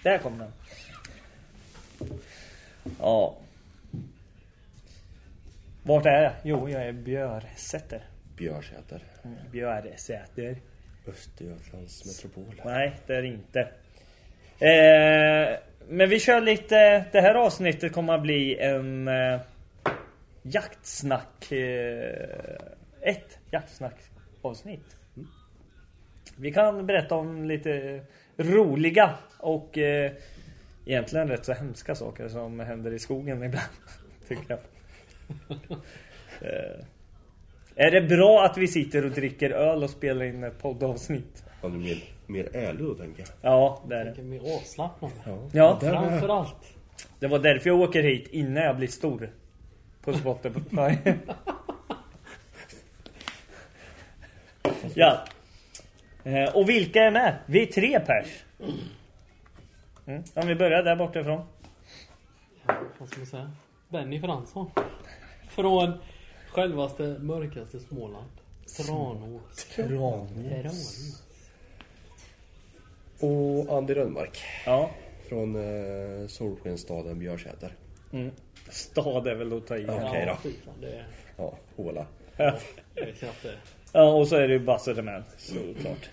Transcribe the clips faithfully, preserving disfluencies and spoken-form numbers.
Där kom den. Ja. Vart är jag? Jo, jag är Björsätter. Björsätter. Mm, Björsätter. Östergötlands metropol. Nej, det är det inte. Eh, men vi kör lite. Det här avsnittet kommer att bli en eh, jaktsnack. Eh, ett jaktsnack avsnitt. Mm. Vi kan berätta om lite roliga och eh, egentligen rätt så hemska saker som händer i skogen ibland, tycker jag. eh, är det bra att vi sitter och dricker öl och spelar in ett poddavsnitt? Ja, du är mer, mer ärlig då, tänker jag. Ja, det är det. Jag tänker mer avslappnad. Ja, ja. Framför allt. Det var därför jag åker hit innan jag blir stor. På Spotify. Ja. Eh, och vilka är med? Vi är tre pers. Mm. Om vi börjar där bortifrån. Ja, vad ska man säga? Benny Fransson. Från självaste mörkaste Småland. Tranås. Tranås. Och Andy Rönnmark. Ja. Från eh, solskenstaden Björsätter. Mm. Stad är väl att ta i. Ja, okej då. Ja, det är... Ja, Håla. Ja, jag vet inte. Ja, och så är det ju Basserman, såklart.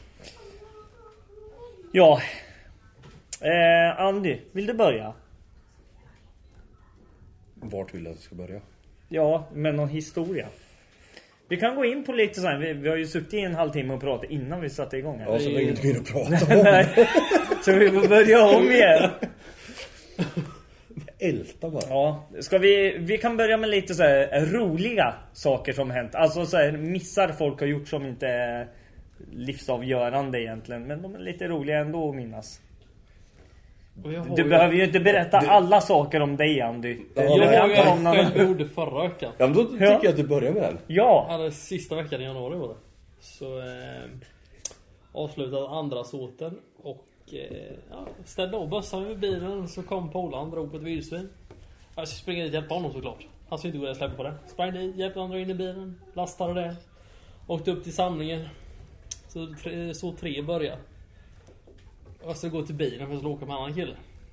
Ja. Eh, Andy, vill du börja? Vart vill du att jag ska börja? Ja, med någon historia. Vi kan gå in på lite så här. Vi, vi har ju suttit i en halvtimme och pratat innan vi satte igång här. Ja, så det är inget mer att prata om. Nej. Så vi får börja om igen. Älta bara. Ja, ska vi, vi kan börja med lite så här roliga saker som hänt. Alltså så här missar folk har gjort som inte är livsavgörande egentligen. Men de är lite roliga ändå att minnas. Du ju... behöver ju inte berätta du... alla saker om dig, Andy. Ja, jag har ju själv gjorde förra veckan. Ja, men då tycker ja. jag att du börjar med den. Ja. Ja, det sista veckan i januari var det. Så eh, avslutade andra såten. Och eh, ja, ställde av bössan vid bilen. Så kom Polan, drog på ett vildsvin. Jag skulle springa dit och hjälpa honom såklart. Han skulle inte gå och släppa på det. Sprang dit, hjälpte andra in i bilen. Lastade det. Åkte upp till samlingen. Så, tre, så tre började. Och så gå till bilen för att åka med en annan kille.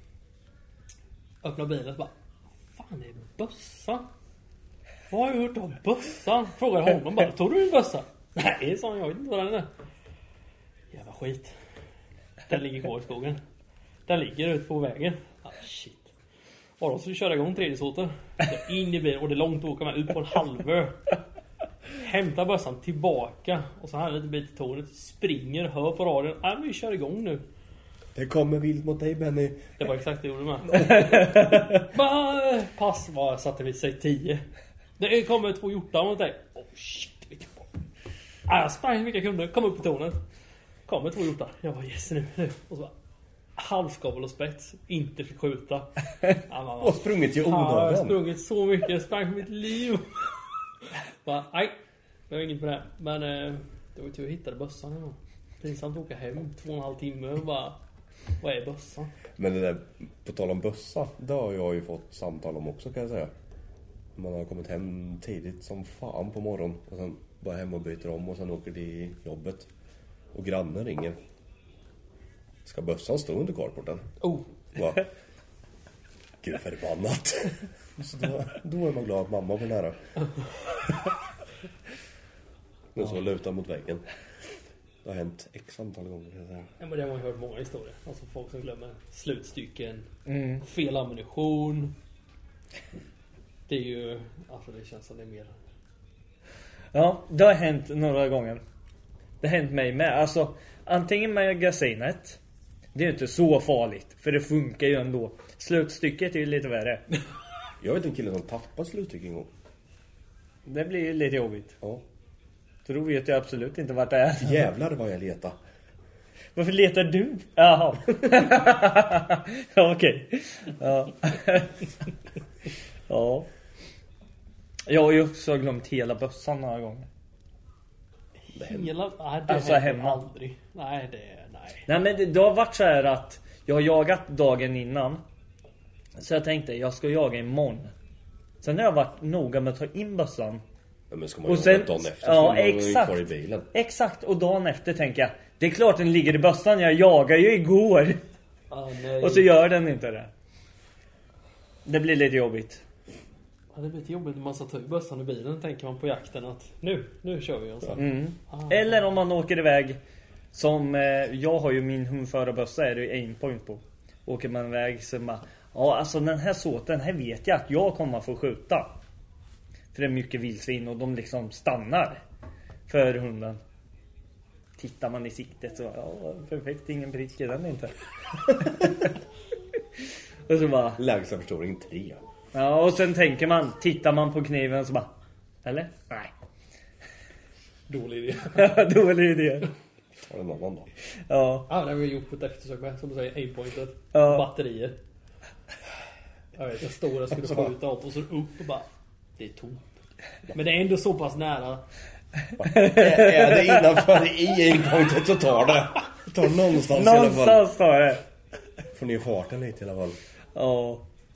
Öppna bilen och bara, fan, det är bössa. Vad har jag hört om bössa? Frågar honom bara, tog du en bössa? Nej, sa han, jag vet inte vad den är. Jävla skit. Den ligger kvar i skogen. Den ligger ute på vägen. Ah, shit. Och då så vi köra igång tredje såten. In i bilen, och det är långt att åka med, ut på en halvö. Hämtar bössan tillbaka. Och så här lite bit till tornet. Springer, hör på radion. Nej, men vi kör igång nu. Det kommer vilt mot dig, Benny. Det var exakt det jag gjorde med. Bara, pass var satte vi sig tio. Det kommer två hjortar mot dig. Oh shit, vilka bra. Ah, jag sprang vilka kunde. Kom upp på tornet. Kommer två hjortar. Jag var yes nu, nu. Och så bara, halvskavel och spets. Inte fick skjuta. Ja, och sprungit i onödan. Ja, jag har sprungit så mycket. Jag sprang för mitt liv. Bara, nej. Det var inget med det. Men eh, det var ju tur jag hittade bössan ändå. Pinsamt att åka hem två och en halv timme och bara, vad är bössan? Men det där, på tal om bössa, det har jag ju fått samtal om också, kan jag säga. Man har kommit hem tidigt som fan på morgon. Och sen bara hem och byter om och sen åker till jobbet. Och grannen ringer. Ska bössan stå under carporten? Oh. Va? Gud förbannat. Så då, då är man glad att mamma var nära. Men så lutar mot väggen. Det har hänt x antal gånger, kan jag säga. Ja, men det har man hört många historier. Alltså folk som glömmer slutstycken, mm. fel ammunition. Det är ju, alltså det känns som det är mer. Ja, det har hänt några gånger. Det har hänt mig med. Alltså, antingen magasinet. Det är ju inte så farligt, för det funkar ju ändå. Slutstycket är ju lite värre. Jag vet en kille som tappar slutstycket en gång. Det blir ju lite jobbigt. Ja. Så då vet jag absolut inte vart det är. Jävlar vad jag letar. Varför letar du? Jaha. Ja, okej. Ja. Ja. Jag har ju också glömt hela bössan några gånger. Hela? Nej, det alltså hemma. Aldrig. Nej, det nej. Nej, men det, det har varit så här att jag har jagat dagen innan. Så jag tänkte, jag ska jaga imorgon. Sen har jag varit noga med att ta in bössan. Ja, men ska man och jaga sen, dagen efter? Ja, exakt. Kvar i bilen. Exakt, och dagen efter tänker jag, det är klart den ligger i bössan, jag jagar ju igår. Ah, nej. Och så gör den inte det. Det blir lite jobbigt. Ja, det blir lite jobbigt när man ska ta bössan i bilen. Tänker man på jakten att nu, nu kör vi. Och så. Mm. Ah. Eller om man åker iväg. Som eh, jag har ju min hundförarbössa. Är det ju aimpoint på. Åker man iväg så man... Ja, alltså den här såten här vet jag att jag kommer att få skjuta. För det är mycket vildsvin och de liksom stannar för hunden. Tittar man i siktet så, ja, perfekt, ingen prick i den inte. Och så bara... Lägsta förstoring tre. Ja, och sen tänker man, tittar man på kniven så bara... Eller? Nej. Dålig idé. Dålig idé. Har en annan då. Ja. Ja, det har vi gjort på ett eftersök med, som du säger, aimpointet. Ja. Batterier. Jag vet, jag stod där och skulle skjuta åt och så upp och bara... Det är tomt. Men det är ändå så pass nära. Är det innanför i aimpointet så tar det. Tar någonstans, i alla fall. Någonstans tar det. Får ner farten lite i alla fall. Ja.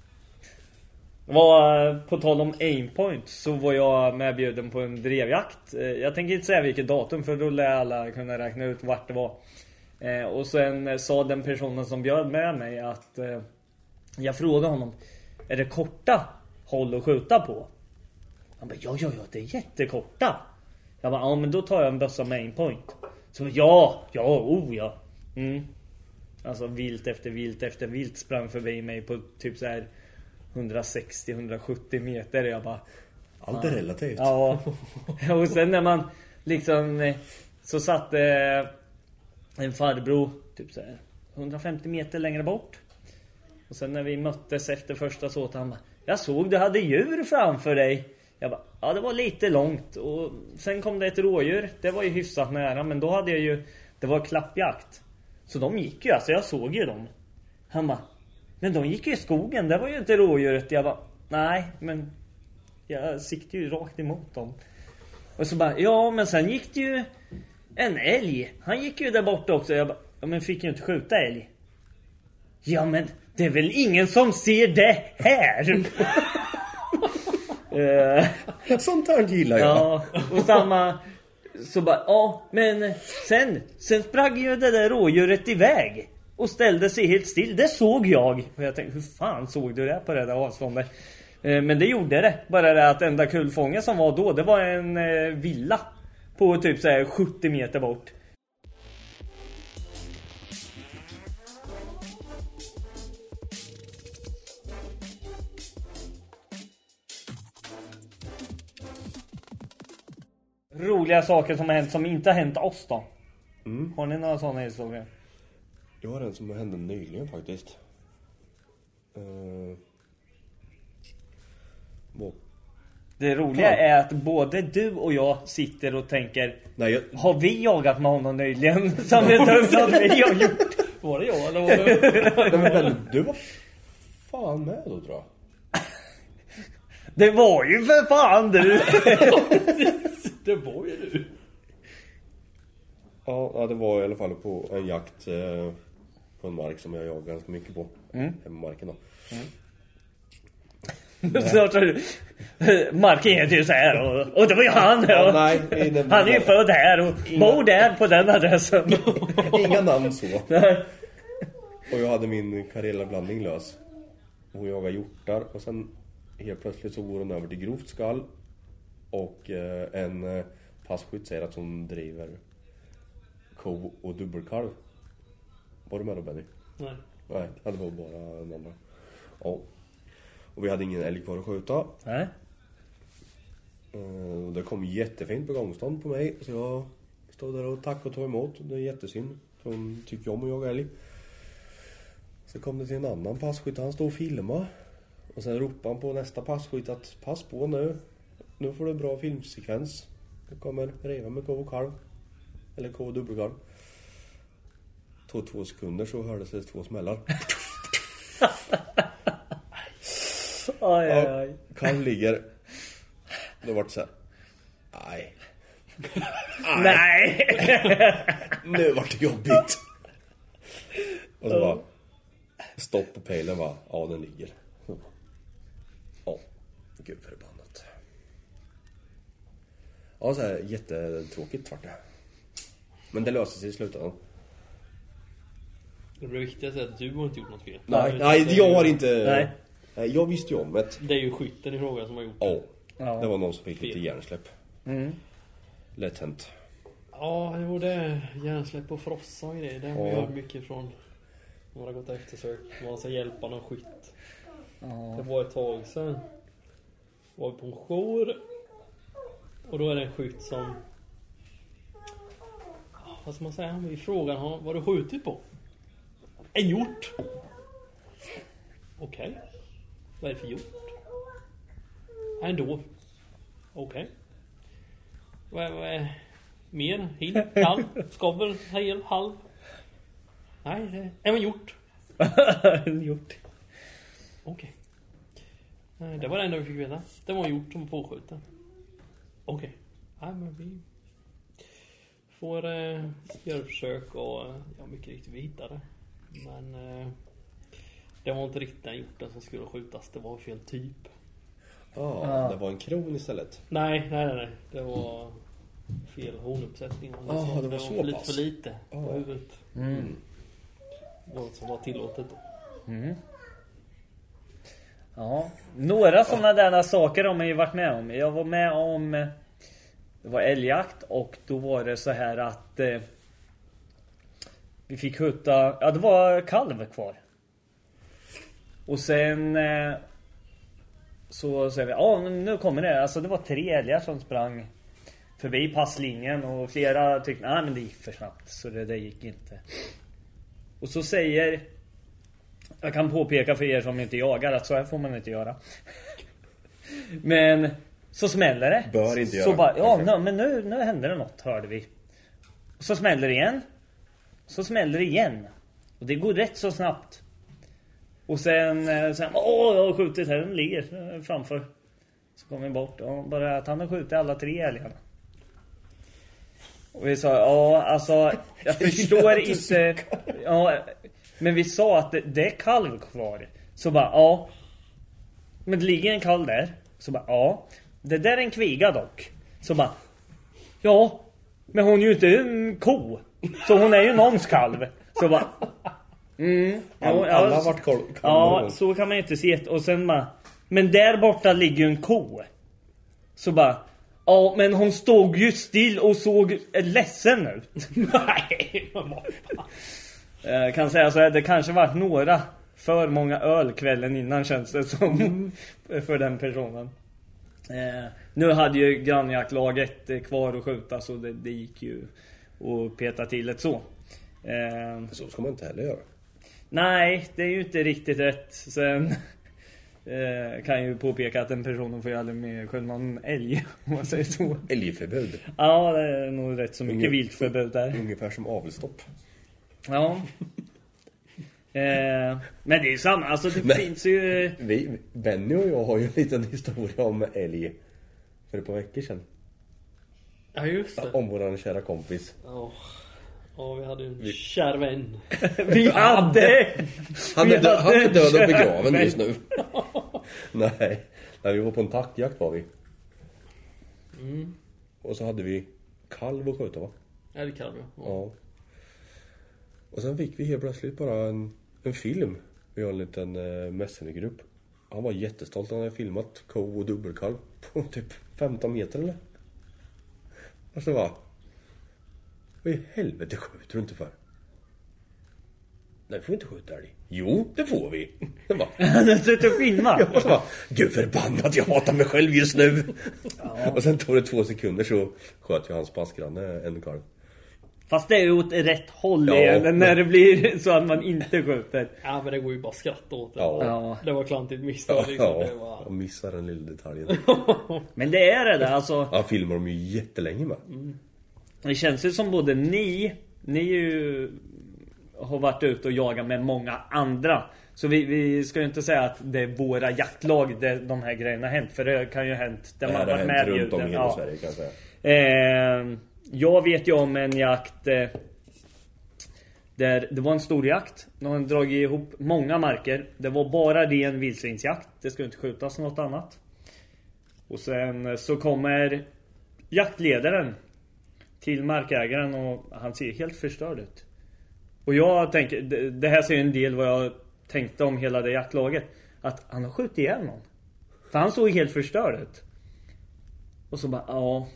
Var, på tal om aimpoint så var jag medbjuden på en drevjakt. Jag tänker inte säga vilket datum för då lär alla kunna räkna ut vart det var. Och sen sa den personen som bjöd med mig att jag frågade honom, är det korta håll att skjuta på? Han bara, ja, ja, ja, det är jättekorta. Jag bara, ja men då tar jag en bössa med aimpoint. Så ja, ja, oh ja. Mm. Alltså vilt efter vilt efter vilt sprang förbi mig på typ så här hundrasextio till hundrasjuttio meter. Jag bara... Allt är relativt. Ja. Och sen när man liksom... Så satt eh, en farbror typ så här hundrafemtio meter längre bort. Och sen när vi möttes efter första så han bara, jag såg du hade djur framför dig. Jag bara, ja det var lite långt. Och sen kom det ett rådjur. Det var ju hyfsat nära. Men då hade jag ju... Det var klappjakt. Så de gick ju, alltså jag såg ju dem. Han bara, men de gick ju i skogen, det var ju inte rådjuret. Jag bara, nej, men jag siktade ju rakt emot dem. Och så bara, ja men sen gick det ju en älg. Han gick ju där borta också. Jag bara, ja men fick ju inte skjuta älg. Ja men det är väl ingen som ser det här. uh, Sånt här gillar jag. Ja, och samma... Så bara, ja, men sen Sen sprang ju det där rådjuret iväg och ställde sig helt still. Det såg jag. Och jag tänkte, hur fan såg du det på det där avståndet? eh, Men det gjorde det. Bara det att enda kulfången som var då, det var en eh, villa på typ så här sjuttio meter bort. Roliga saker som har hänt som inte har hänt oss då. Mm. Har ni några sådana historier? Jag har en som hände nyligen faktiskt. Uh, Det roliga ja. är att både du och jag sitter och tänker, nej, jag... har vi jagat med honom nyligen? Som det döms att vi har gjort. Var det jag eller var det? Nej, men du var fan med då tror jag. Det var ju för fan du. Det var ju du. Ja, det var i alla fall på en jakt eh, på en mark som jag jagar ganska mycket på. Mm. Hemmamarken då. Mm. Så du, marken heter ju så här och, och det var ju han. Och, ja, nej, han är ju född här och inga... bor där på den adressen. Inga namn så. Nej. Och jag hade min Karela-blandning lös. Hon jagar hjortar och sen helt plötsligt så går hon över till grovt skall. Och eh, en eh, passkytt säger att hon driver ko och dubbelkalv. Var du med då, Benny? Nej. Nej, det var bara en annan. Ja. Och vi hade ingen älg kvar att skjuta. Nej. Uh, det kom jättefint på gångstånd på mig. Så jag stod där och tack och tog emot. Det är jättesynd. För hon tycker om att jaga älg. Så kom det till en annan passkytt. Han stod och filmade. Och sen ropade han på nästa passkytt att pass på nu. Nu får du bra filmsekvens. Det kommer reva med ko och kalv. Eller ko och dubbelkalv. Tog två sekunder så hördes det två smällar. Oj, oj, oj. Ja, kalv ligger. Då vart det så här. Nej. Nej. Nu vart det jobbigt. Och så bara stopp på pejlen va. Ja, den ligger. Ja, gud förbannat. Ja, så här jättetråkigt vart det. Men det löser sig i slutändan. Det viktigaste är att du har inte gjort något fel. Nej, nej jag har inte... Nej. Nej, jag visste ju om det. Det är ju skytten i frågan som har gjort Ja, Ja. det var någon som fick lite hjärnsläpp. Mm. Lätt hänt. Ja, jo det är hjärnsläpp och frossa och grejer. Det har vi Ja. hört mycket från. Man har gått eftersök. Man ska hjälpa någon skytt. Ja. Det var ett tag sedan. Var vi på en jour. Och då är det en skytt som... Vad ska man säga? Vi frågar honom, vad har du skjutit på? En hjort. Okej. Okay. Vad är det för hjort? En dov. Okej. Okay. Vad, vad är mer? Hill? Kalv? Skobbel? Hel? Halv? Nej, det är en hjort. En hjort. Okej. Okay. Det var det enda vi fick veta. Det var en hjort som var påskjuten. Okej. Okay. Nej, men vi får eh, göra försök och ja, mycket riktigt vi hittade. Men eh, det var inte riktigt den hjorten som skulle skjutas. Det var fel typ. Ah, ah. Det var en kron istället. Nej, nej, nej. nej. Det var fel hornuppsättning. Ah, det var, det var så lite pass. för lite på Ah. huvudet. Mm. Något som var tillåtet då. Mm. Ja, några sådana där saker har man ju varit med om. Jag var med om, det var älgjakt och då var det så här att eh, vi fick skjuta, ja det var kalv kvar. Och sen eh, så säger vi, ja nu kommer det, alltså det var tre älgar som sprang förbi passlinjen och flera tyckte, nej men det gick för snabbt så det där gick inte. Och så säger, jag kan påpeka för er som inte jagar att så här får man inte göra. Men så smäller det. Bör inte så göra. Bara, ja, no, men nu, nu händer det något, hörde vi. Och så smäller det igen. Så smäller det igen. Och det går rätt så snabbt. Och sen, sen åh, jag har skjutit här, den ligger framför. Så kommer vi bort. Och bara att han har skjutit alla tre älgarna. Och vi sa, ja alltså, jag förstår inte. Ja, men vi sa att det, det är kalv kvar. Så bara, ja. Men det ligger en kalv där. Så bara, ja. Det där är en kviga dock. Så bara, ja. Men hon är ju inte en ko. Så hon är ju någons kalv. Så bara, mm. Alla, ja, alla har varit koll. Ja, så kan man inte se. Och sen bara, men där borta ligger ju en ko. Så bara, ja, men hon stod ju still och såg ledsen ut. Nej, vad Jag kan säga så här, det kanske varit några för många öl kvällen innan känns det som mm. för den personen. Eh, nu hade ju grannjaktlaget eh, kvar att skjuta så det, det gick ju att peta till ett så. Eh, Så ska man inte heller göra. nej, det är ju inte riktigt rätt. Sen eh, kan jag ju påpeka att den personen får ju aldrig med själv någon älg om man säger så. Älgförbud. Ja, det är nog rätt så mycket Unge, viltförbud där. Ungefär som avelstopp. Ja. eh, men det är ju samma, alltså det Men- finns ju... Vi, Benny och jag har ju en liten historia om älg. För ett par veckor sedan. Ja, just det. Om våran kära kompis. Ja, ja vi hade ju en kär vän. Vi hade... Han vi är, dö- han är hade död och kär begraven vän. just nu. Nej, när vi var på en tackjakt var vi. Mm. Och så hade vi kalv och skjuta va? Ja, det kan vi. Ja. Ja. Och sen fick vi helt plötsligt bara en, en film. Vi har en liten eh, Messenger-grupp. Han var jättestolt. Han hade filmat ko och dubbelkalv på typ femton meter eller? Och så var vad i helvete skjuter du inte för? Nej, får vi inte skjuta älg. Jo, det får vi. Det var. Han har suttit och filmat. Och så bara, gud förbannat, jag hatar mig själv just nu. Ja. Och sen tog det två sekunder så sköt jag hans passgranne en kalv. Fast det är ju åt rätt håll Ja, igen men- när det blir så att man inte skjuter. Ja, men det går ju bara att skratta åt det. Ja. Ja. Det var klantigt misstag Ja, liksom. ja. Det var... Jag missar den lilla detaljen. Men det är det där, alltså. Ja, filmar de ju jättelänge med. Det känns ju som både ni, ni är ju, har varit ute och jagat med många andra. Så vi, vi ska ju inte säga att det är våra jaktlag där de här grejerna har hänt. För det kan ju ha hänt där Det man här har har varit hänt med runt om i bjuden. hela Ja. Sverige kan jag säga. Eh, jag vet ju om en jakt eh, där det var en stor jakt. De har dragit ihop många marker. Det var bara ren vildsvinsjakt. Det skulle inte skjutas något annat. Och sen eh, så kommer jaktledaren till markägaren och han ser helt förstörd ut. Och jag tänker, det, det här säger en del vad jag tänkte om hela det jaktlaget. Att han har skjutit ihjäl någon. För han såg helt förstörd ut. Och så bara, ja.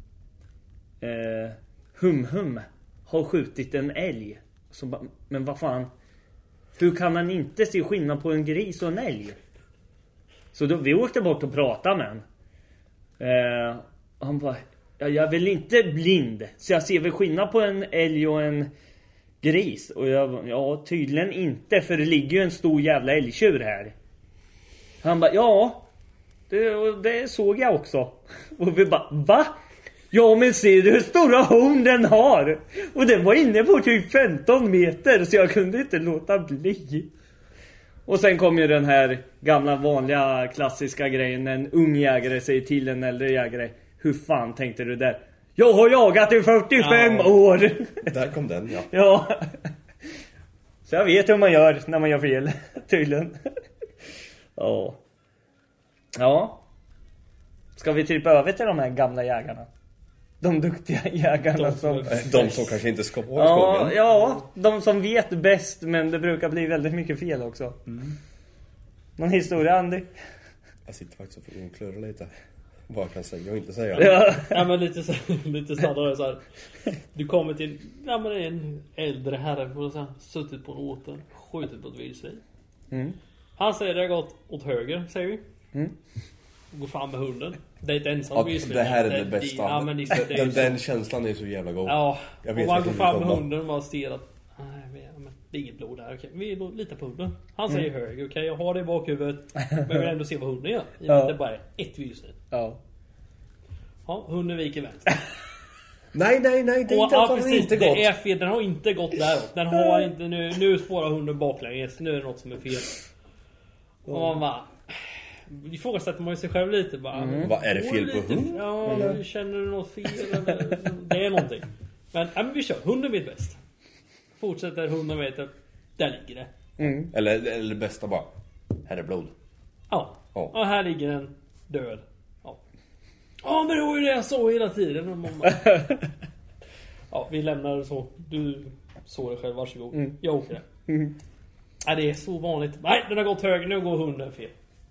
Eh, hum hum har skjutit en älg. Så bara, men vad fan. Hur kan han inte se skillnad på en gris och en älg? Så då, vi åkte bort och pratade med han. Eh, han bara, ja, jag är väl inte blind. Så jag ser väl skillnad på en älg och en gris. Och jag, ja, tydligen inte. För det ligger ju en stor jävla älgtjur här. Han bara, ja. Det, det såg jag också. Och vi bara, va? Ja, men ser du hur stora horn den har? Och den var inne på typ femton meter. Så jag kunde inte låta bli. Och sen kom ju den här gamla vanliga klassiska grejen. En ung jägare säger till en äldre jägare, hur fan tänkte du där? Jag har jagat i fyrtiofem ja. år. Där kom den, ja. Ja. Så jag vet hur man gör när man gör fel. Tydligen. Ja. Ja. Ska vi trippa över till de här gamla jägarna? De duktiga jägarna de, som... De som kanske inte ska vara i ja, skogen. ja, de som vet bäst. Men det brukar bli väldigt mycket fel också. Mm. Någon historia, Andy? Jag sitter faktiskt och förklura lite. Vad jag kan säga och inte säga. Ja, ja men lite, så, lite snabbare så här. Du kommer till, ja men det är en äldre herre på så här, suttit på en åter, skjutit på ett vildsvin. Mm. Han säger det har gått åt höger, säger vi. Mm. Går fram med hunden. Det är ett ensamt vildsvin. Det här är det, det bästa. Ja, men det, det är den, så... den känslan är så jävla god. Ja, jag vet och man går fram med komma. hunden och bara ser att nej, men det är inget blod där. Okej, vi litar på hunden. Han säger mm. höger, okej, jag har det i bakhuvudet. Men jag vill ändå se vad hunden gör. I ja. Det är bara ett vildsvin. Ja. Ja, hunden viker vänster. Nej, nej, nej, det är inte, ja, precis, inte det gått. är fel, den har inte gått däråt. Den har inte, nu, nu spårar hunden baklänges. Nu är det något som är fel. Och man bara... ifrågasätter man ju sig själv lite bara. Mm. Vad är det fel på hund? Ja, mm. Känner du något fel? Eller? Det är någonting. Men, ja, men vi kör, hunden vet bäst. Fortsätter hunden vet att där ligger det. Mm. Eller, eller det bästa bara, här är blod. Ja, oh. Och här ligger en död. Ja, ja men det var ju det jag såg hela tiden. Ja, vi lämnar det så. Du såg det själv, varsågod. Mm. Jag åker det. Mm. Ja, det är så vanligt. Nej, den har gått höger, nu går hunden fel.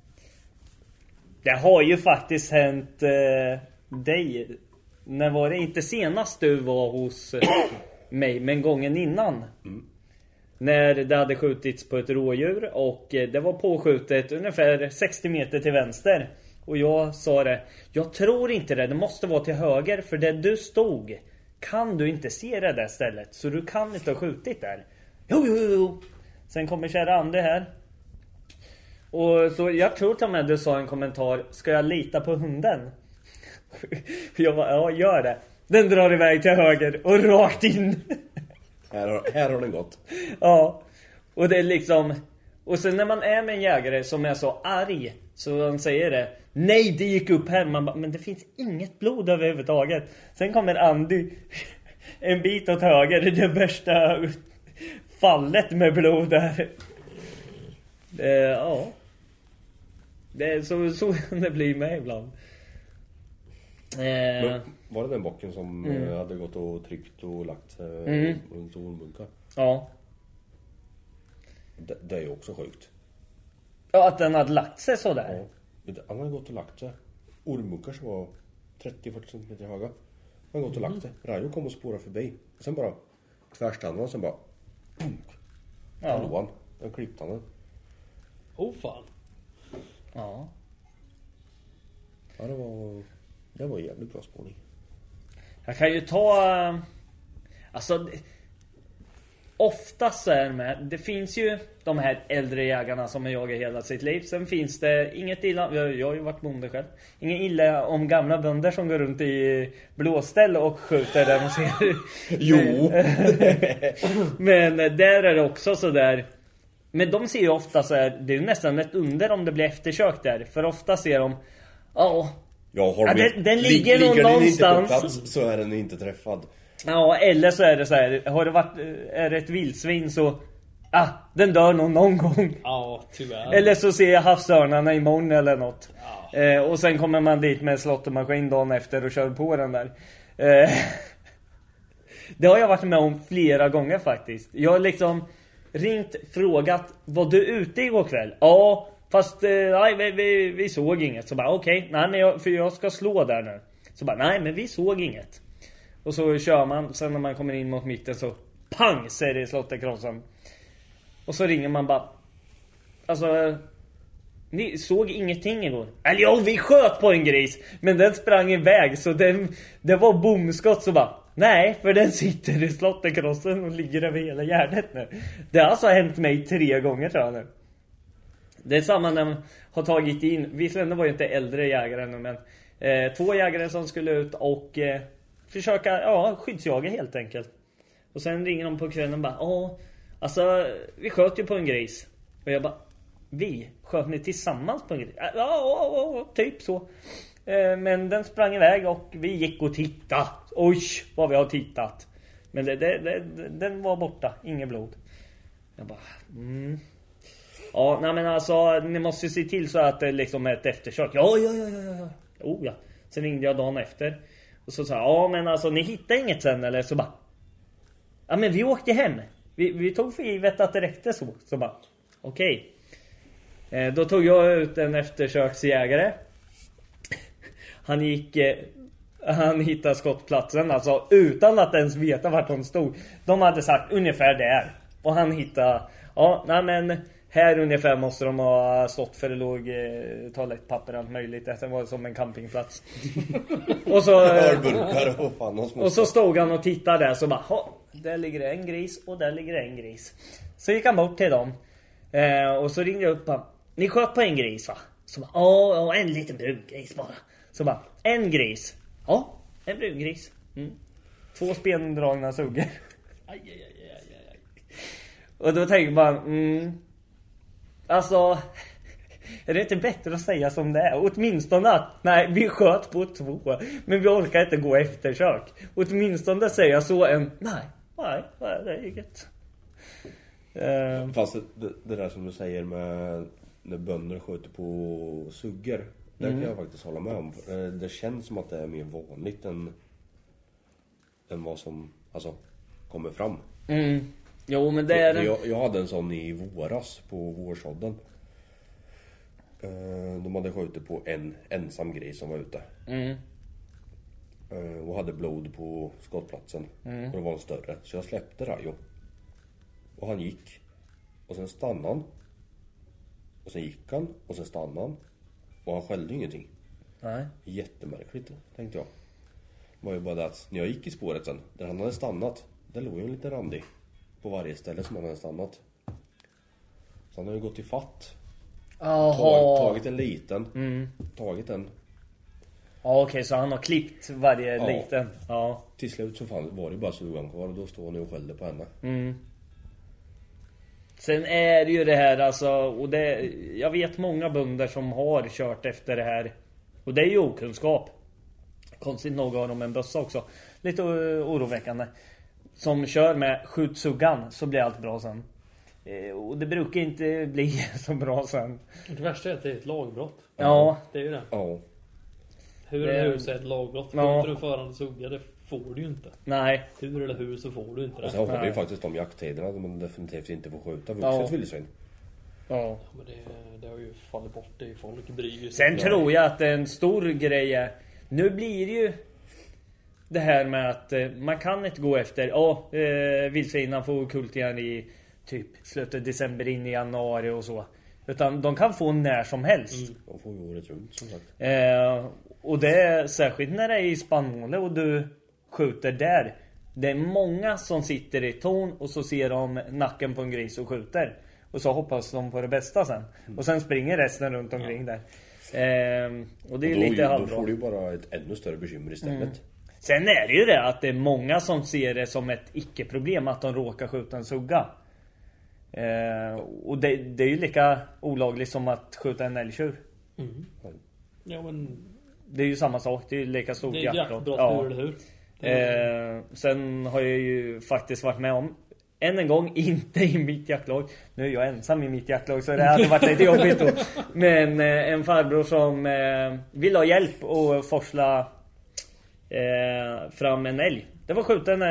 Det har ju faktiskt hänt eh, dig. När var det inte senast du var hos eh, mig, men gången innan. Mm. När det hade skjutits på ett rådjur och eh, det var påskjutet ungefär sextio meter till vänster. Och jag sa det, jag tror inte det, det måste vara till höger, för där du stod kan du inte se det där stället. Så du kan inte ha skjutit där. Jo, jo, jo. Sen kommer kära Ande här. Och så jag tror till och med du sa en kommentar, ska jag lita på hunden? Jag bara, ja, gör det. Den drar iväg till höger och rakt in. Här har, här har den gått. Ja, och det är liksom... Och sen när man är med en jägare som är så arg, så han säger det, nej, det gick upp här. Man bara, men det finns inget blod överhuvudtaget. Sen kommer Andy en bit åt höger, det värsta fallet med blod där. Eh, ja. Det är så, så det blir med ibland. Eh. Var det den bocken som mm. hade gått och tryckt och lagt eh, mm. runt ormbunkar? Ja. Det, det är ju också sjukt. Ja, att den hade lagt sig så där. Ja. Han hade gått och lagt sig. Ormbunkar som var trettio till fyrtio centimeter höga. Han hade gått och lagt sig. Rajo kom och spårade förbi. Sen bara tvärstannade och sen bara... Ja. Låg han. Den klippte han den. Oh fan. Ja. Ja, det var... Det var jävligt bra spårning. Jag kan ju ta... Alltså... Oftast så är det med... Det finns ju de här äldre jägarna som har jagat hela sitt liv. Sen finns det inget illa... Jag har ju varit bonde själv. Inget illa om gamla bönder som går runt i blåställ och skjuter där man ser... Jo! Men där är det också så där... Men de ser ju ofta så här... Det är ju nästan ett under om det blir eftersök där. För ofta ser de... Ja... Ja, har ja, vi, den, den ligger, ligger nog någonstans. Inte på plats, så är den inte träffad. Ja, eller så är det så här, har det varit är det ett vildsvin så ah, den dör nog någon gång. Ja, tyvärr. Eller så ser jag havsörnarna imorgon eller något. Ja. Eh, och sen kommer man dit med en slottermaskin dagen efter och kör på den där. Eh, Det har jag varit med om flera gånger faktiskt. Jag har liksom ringt, frågat, var du ute igår kväll? Ja, fast eh, nej, vi, vi, vi såg inget. Så bara okej, okay, nej men jag, för jag ska slå där nu. Så bara nej men vi såg inget. Och så kör man, sen när man kommer in mot mitten så pang säger det i slottekrossen. Och så ringer man bara, alltså ni såg ingenting igår. Eller ja, vi sköt på en gris, men den sprang iväg så den, det var bomskott. Så bara nej, för den sitter i slottekrossen och ligger över hela hjärnet nu. Det har alltså hänt mig tre gånger tror jag nu. Det är samma när man har tagit in, visserligen det var ju inte äldre jägare nu, men eh, två jägare som skulle ut och eh, försöka, ja, skyddsjaga helt enkelt. Och sen ringer de på kvällen och bara, ja, alltså vi sköt ju på en gris. Och jag bara, vi? Sköt ni tillsammans på en gris? Ja, ja, ja typ så. Eh, men den sprang iväg och vi gick och tittade. Oj, vad vi har tittat. Men det, det, det, den var borta, ingen blod. Jag bara, mm. Ja, nej men alltså, ni måste se till så att det liksom är ett eftersök. Ja, ja, ja, ja, ja. Oh ja. Sen ringde jag dagen efter. Och så sa jag, ja men alltså, ni hittade inget sen eller? Så bara, ja men vi åkte hem. Vi, vi tog för givet att det räckte så. Så bara, okej. Okay. Eh, då tog jag ut en eftersöksjägare. Han gick... Eh, han hittade skottplatsen, alltså utan att ens veta vart de stod. De hade sagt ungefär där. Och han hittade, ja, nej men här ungefär måste de ha stått för det låg eh, toalettpapper och allt möjligt. Det var som en campingplats. och så eh, och, fan, och så stod han och tittade där så bara, där ligger det en gris och där ligger det en gris. Så gick han bort till dem. Eh, och så ringde jag upp han, ni sköt på en gris va? Så bara, ja, en liten brun gris bara. Så bara, en gris. Ja, en brun gris. Mm. Två spendragna suggor. Aj, aj, aj, aj, aj. Och då tänker man, mm, alltså, är det inte bättre att säga som det är? Åtminstone att, nej, vi sköt på två, men vi orkar inte gå eftersök. Åtminstone säga så en, nej, nej, nej det är inget. Uh, Fast det, det där som du säger med när bönder skjuter på suggor, det mm. kan jag faktiskt hålla med om. Det känns som att det är mer vanligt än, än vad som alltså, kommer fram. Mm. Jo, men det är... Jag, jag hade en sån i våras på vårsådden. De hade skjutit på en ensam gris som var ute. Mm. Och hade blod på skottplatsen. Mm. Och det var en större. Så jag släppte Rajo. Och han gick. Och sen stannade han. Och sen gick han. Och sen stannade han. Och han skällde ingenting. Nej. Jättemärkligt, tänkte jag. Det var ju bara det att när jag gick i spåret sen, där han hade stannat, där låg ju en liten randig på varje ställe som han hade stannat. Så han har ju gått i fatt. Tag, tagit en liten. Mm. Tagit en. Ja, okej, okay, så han har klippt varje ja. liten. Ja. Till slut så fan var det bara sugan kvar och då står han och skällde på henne. Mm. Sen är det ju det här alltså, och det, jag vet många bönder som har kört efter det här. Och det är ju okunskap. Konstigt nog har de en bössa också. Lite oroväckande. Som kör med skjutsuggan så blir allt bra sen. Och det brukar inte bli så bra sen. Det värsta är att det är ett lagbrott. Ja. Det är ju det. Ja. Hur eller hur så är ett lagbrott. Ja. Får du förande sugga, det får du ju inte. Nej. Hur eller hur så får du inte det. Och sen har vi ju faktiskt de jakttiderna som man definitivt inte får skjuta vuxet ja. vildsvin. Ja. Ja, men det, det har ju fallit bort. Det är folk bryr sig. Sen tror jag att en stor grej är, nu blir det ju det här med att eh, man kan inte gå efter, ja, eh, vildsvinan får kult igen i typ slutet december in i januari och så. Utan de kan få när som helst. Mm. De får ju året runt som sagt. Eh, och det är särskilt när det är i spannmålet och du skjuter där. Det är många som sitter i torn och så ser de nacken på en gris och skjuter. Och så hoppas de på det bästa sen. Mm. Och sen springer resten runt omkring ja. där. Eh, och det är och då, lite halvbra. Då får du ju bara ett ännu större bekymmer istället. Mm. Sen är det ju det att det är många som ser det som ett icke-problem att de råkar skjuta en sugga. Eh, och det, det är ju lika olagligt som att skjuta en älgtjur. Mm. Ja, men... Det är ju samma sak, det är ju lika stort jaktbrott. Det är jaktbrott, ja. hur eller hur? Är... Eh, sen har jag ju faktiskt varit med om, än en gång, inte i mitt jaktlag. Nu är jag ensam i mitt jaktlag så det hade varit lite jobbigt då. Men eh, en farbror som eh, vill ha hjälp och forsla eh, fram en älg. Det var skjuta en älg.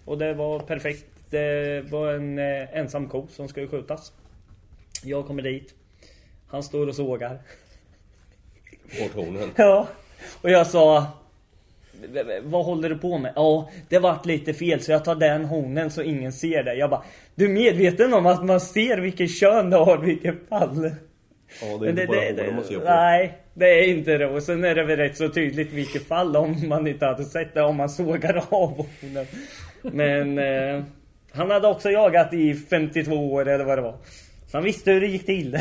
Och det var perfekt. Det var en eh, ensam ko som skulle skjutas. Jag kommer dit. Han står och sågar. Portionen. Ja. Och jag sa, vad håller du på med? Ja, det vart lite fel så jag tar den honen så ingen ser det. Jag bara, du är medveten om att man ser vilken kön det har, vilken fall. Ja, det är inte det, bara det, honen det, man ser på. Nej, det är inte det. Och sen är det väl rätt så tydligt vilket fall om man inte hade sett det, om man sågar av honen. Men eh, han hade också jagat i femtiotvå år eller vad det var. Så han visste hur det gick till.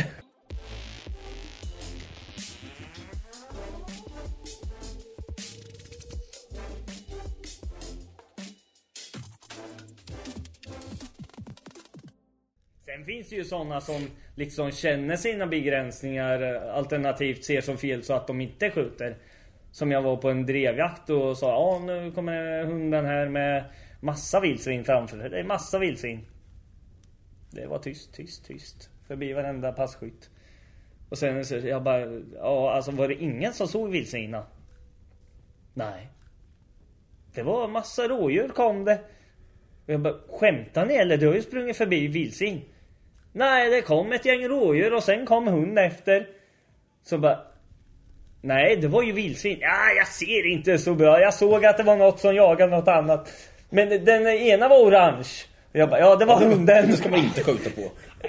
Sen finns det ju sådana som liksom känner sina begränsningar, alternativt ser som fel så att de inte skjuter. Som jag var på en drevjakt och sa, ja nu kommer hunden här med massa vildsvin framför. Det är massa vildsvin. Det var tyst, tyst, tyst. Förbi varenda passkytt. Och sen så jag bara, ja alltså var det ingen som såg vildsvina? Nej. Det var massa rådjur kom det. Och jag bara, skämtar ni eller? Du har ju sprungit förbi vildsvin. Nej, det kom ett gäng rådjur och sen kom hund efter. Så bara, nej det var ju vildsvin. Ja, jag ser inte så bra. Jag såg att det var något som jagade något annat. Men den ena var orange. Och jag bara, ja det var hunden. Det ska man inte skjuta på.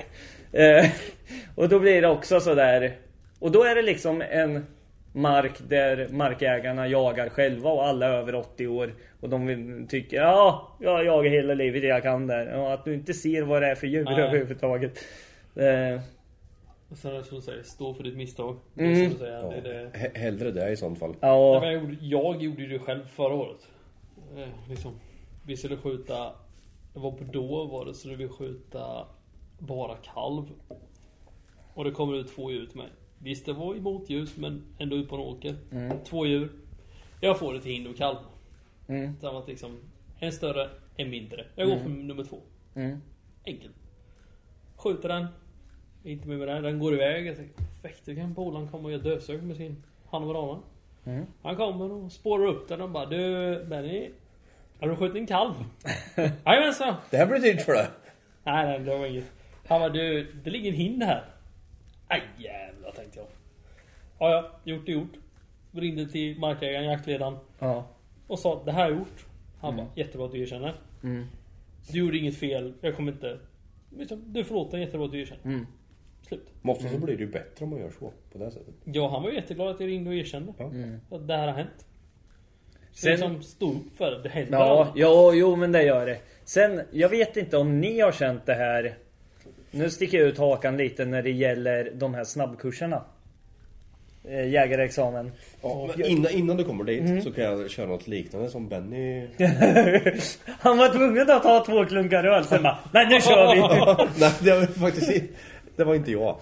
Och då blir det också så där. Och då är det liksom en mark där markägarna jagar själva och alla är över åttio år. Och de vill, tycker, ja, jag jagar hela livet jag kan där. Och att du inte ser vad det är för djur Nej. överhuvudtaget. Eh. Och sen är det som du säger, stå för ditt misstag. Mm. Det är som du säger, Ja. det är det. He- Hellre det i sånt fall. Ja. Nej, men jag, gjorde, jag gjorde ju det själv förra året. Eh, liksom, vi skulle skjuta, det var på då var det, så vi skjuta bara kalv. Och det kommer ut två djur till mig. Visst det var emot ljus men ändå ut på en åker. Mm. Två djur. Jag får det till hind och kalv. Mm. Så det var liksom en större, en mindre. Jag går Mm. för nummer två. Mm. Enkelt. Skjuter den. Inte med den. Den går iväg. Jag tänker, perfekt. Nu kan Bolan komma och göra dödsök med sin hanvarana. Mm. Han kommer och spårar upp den och bara, du Benny, har du skjutit en kalv? Jajamensan. Det här blir dyrt för det. Nej, nej, det var inget. Han bara, du, det ligger en hind här. Aj jävlar, tänkte jag. Ja, ja, gjort det gjort. Ringde till markägaren, jaktledaren. Ja. Och sa, det här är gjort. Han Mm. bara, jättebra att du erkänner. Mm. Du gjorde inget fel, jag kommer inte. Du förlåter, jättebra att du erkänner. Mm. Slut. Men ofta så blir det ju bättre om man gör så. På det här sättet. Ja, han var ju jätteglad att jag ringde och erkände. Ja. Mm. Att det här har hänt. Så Sen- liksom stod upp för det. Det händer Ja, aldrig. ja, jo men det gör det. Sen, jag vet inte om ni har känt det här. Nu sticker jag ut hakan lite när det gäller de här snabbkurserna. Eh, Jägarexamen. Ja, men innan, innan du kommer dit Mm. så kan jag köra något liknande som Benny. Han var tvungen att ta två klunkar öl. Sen bara, nej nu kör vi. Nej, det var faktiskt det var inte jag.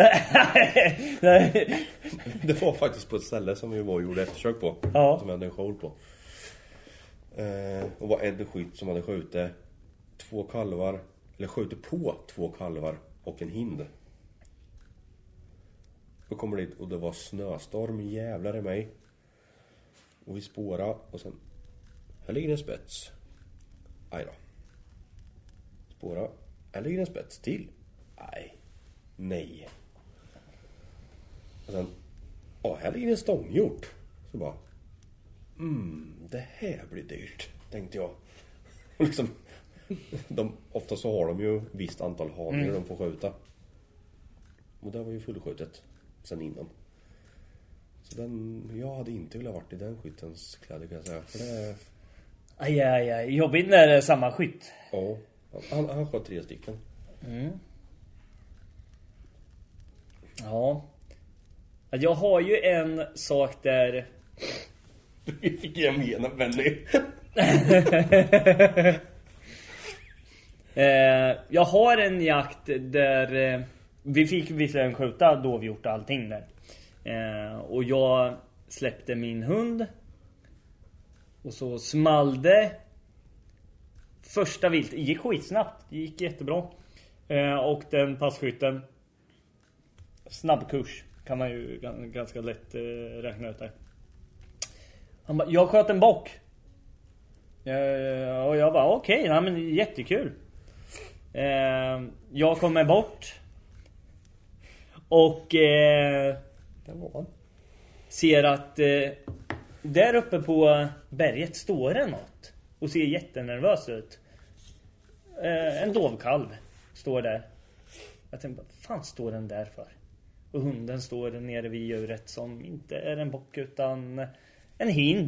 Nej. Det var faktiskt på ett ställe som vi var och gjorde eftersök på. Ja. Som jag hade en show på. Eh, och var en skytt som hade skjutit två kalvar. Eller skjutit på två kalvar och en hind. Och kommer dit och det var snöstorm, jävlar i mig. Och vi spåra och sen, här ligger en spets. Aj då. Spåra, här ligger en spets till. Nej. Nej. Och sen, ja, här ligger en stånghjort. Så bara, mm, det här blir dyrt, tänkte jag. Och liksom, de, ofta så har de ju visst antal hanar mm. de får skjuta. Och det var ju fullskjutet sen innan. Så den, jag hade inte velat varit i den skyttens kläder kan jag säga. För det, Aj, aj, aj. Jobbigt när det är samma skytt. ja, han, han sköt tre stycken. Mm. Ja. Jag har ju en sak där. Vi fick jag mena Benny. eh, jag har en jakt där eh, vi fick visserligen skjuta dovhjort och allting där. Eh, och jag släppte min hund. Och så smalde första vilt. Det gick skitsnabbt. Det gick jättebra. Eh, och den passkytten, snabbkurs kan man ju ganska lätt eh, räkna ut där. Han bara, jag sköt en bock. Eh, och jag bara okej, okay, ja, men jättekul. Eh, jag kommer bort. Och eh, Det var han. ser att eh, där uppe på berget står det något. Och ser jättenervös ut. Eh, en dovkalv står där. Jag tänkte, vad fan står den där för? Och hunden står nere vid djuret som inte är en bock utan en hind.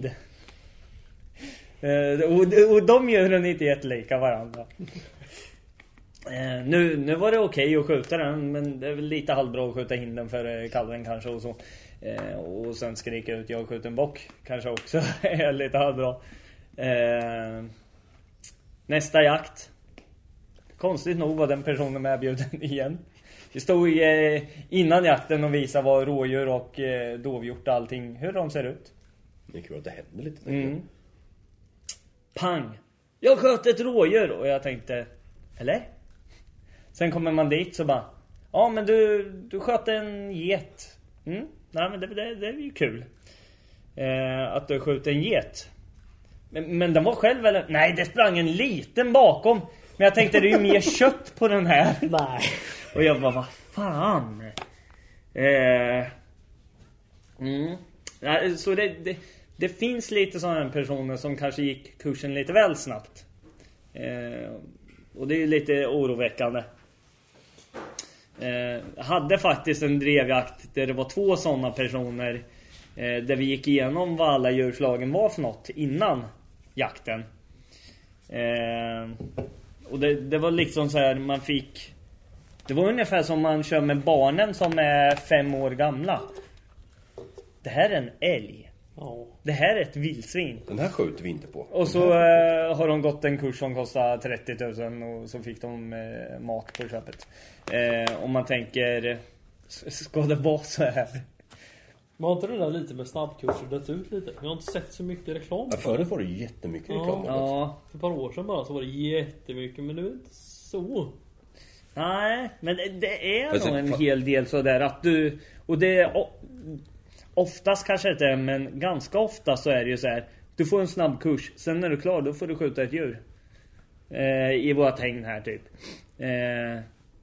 Eh, och, och de djuren är inte jättelika varandra. Eh, nu, nu var det okej att skjuta den, men det är väl lite halvbra att skjuta hinden för kalven kanske och så. Eh, och sen skrika ut, jag skjuter en bock kanske också är lite halvbra. Eh, nästa jakt. Konstigt nog var den personen medbjuden igen. Vi stod eh, innan jakten och visade vad rådjur och eh, dovhjort och allting, hur de ser ut. Det är kul att det händer lite. Mm. Pang! Jag sköt ett rådjur och jag tänkte, eller? Sen kommer man dit så bara, ja men du, du sköt en get. Mm. Nej men det, det, det är ju kul. Eh, att du skjuter en get. Men, men den var själv eller? Nej, det sprang en liten bakom. Men jag tänkte det är ju mer kött på den här. Nej. Och jag bara, vad fan? Eh, mm. Ja, så det, det, det finns lite sådana personer som kanske gick kursen lite väl snabbt. Eh, och det är ju lite oroväckande. Eh, hade faktiskt en drevjakt där det var två sådana personer. Eh, där vi gick igenom vad alla djurslagen var för något innan jakten. Eh, och det, det var liksom så här, man fick... Det var ungefär som man kör med barnen som är fem år gamla. Det här är en älg. Ja. Det här är ett vildsvin. Den här skjuter vi inte på. Och så eh, har de gått en kurs som kostar trettio tusen och så fick de eh, mat på köpet. Eh, om man tänker, ska det vara så här? Men har inte det där lite med snabbkurser dött ut lite? Jag har inte sett så mycket reklam. Ja, förut var det jättemycket reklam. Ja. Ja, För ett par år sedan bara så var det jättemycket, men nu är det inte så. nej, men det, det är Men sen- nog en hel del så där att du, och det är o- oftast kanske inte, men ganska ofta så är det ju så här, du får en snabb kurs, sen när du är klar då får du skjuta ett djur. Eh, I vårt hägn här typ. Eh,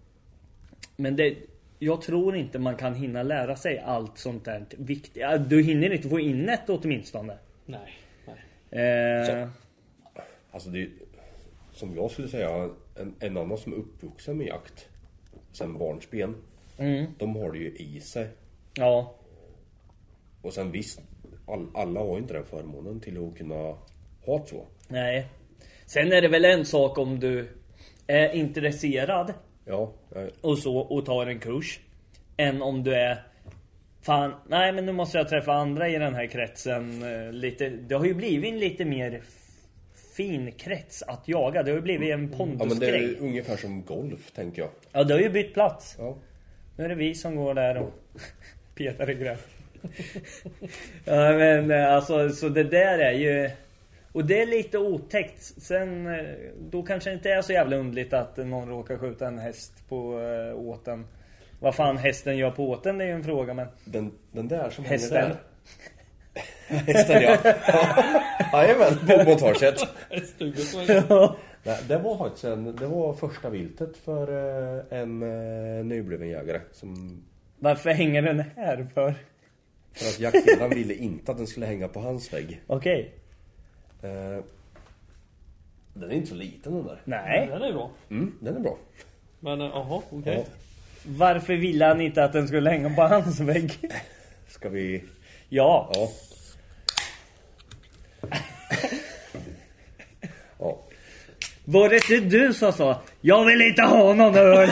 men det, jag tror inte man kan hinna lära sig allt sånt där viktigt. Ja, du hinner inte få in ett åtminstone. Nej, nej. Eh, Så. Alltså det är, som jag skulle säga, en, en annan som är uppvuxen med jakt sen barnsben, mm, de har det ju i sig. ja. Och sen visst, all, alla har ju inte den förmånen till att kunna ha det så. Nej. Sen är det väl en sak om du är intresserad Ja, eh, och så och tar en kurs, än om du är fan, nej men nu måste jag träffa andra i den här kretsen eh, lite. Det har ju blivit en lite mer f- fin krets att jaga. Det har ju blivit en ja men det pondusgrej. är ungefär som golf, tänker jag. Ja, det har ju bytt plats. Ja. Nu är det vi som går där och petar i gräs. Ja men eh, alltså, så det där är ju, och det är lite otäckt. Sen eh, då kanske det inte är så jävla underligt att någon råkar skjuta en häst på äh, åten. Vad fan hästen gör på åten, det är ju en fråga, men Den, den där som hästen. hänger där. Hästen, ja. Jajamän, på montaget. Ja. Nej, det var faktiskt en, det var första viltet för eh, en eh, nybliven jägare som, Varför hänger den här för? för att jaktledaren ville inte att den skulle hänga på hans vägg. Okej. Eh, den är inte så liten den där. Nej. Den är bra. Mm, den är bra. Men jaha, okej. Ja. Varför ville han inte att den skulle hänga på hans vägg? Ska vi... Ja. Ja. Ja. Var det inte du som sa jag vill inte ha någon öl?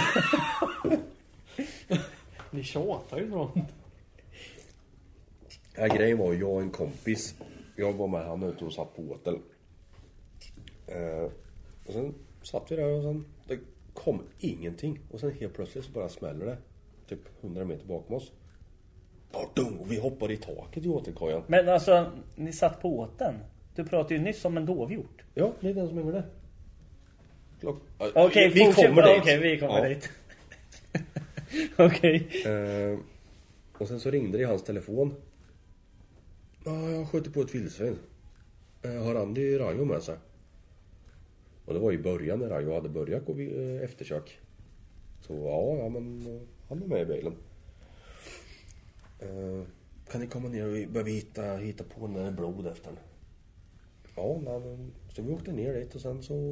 Ni tjatar ju någon. Ja, grejen var, jag och en kompis, jag var med han ute och satt på åtel. Eh, och sen satt vi där och sen det kom ingenting. Och sen helt plötsligt så bara smäller det typ hundra meter bakom oss. Badum, och vi hoppade i taket i åtelkojan. Men alltså, ni satt på åten. Du pratade ju nyss om en dovhjort. Ja, det är den som hänger där. Klock... Okej, vi fortsätt. kommer dit. Okej, vi kommer Ja. dit. Okej. Eh, och sen så ringde det i hans telefon. Ja, jag skjuter på ett vildsvin. Eh, har Andy radio med sig? Och det var i början när Rajo hade börjat gå vid eftersök. Så ja, ja men han är med i bilen. Uh, kan ni komma ner och börja hitta, hitta på den där blod efter den? Ja, men så vi åkte ner dit och sen så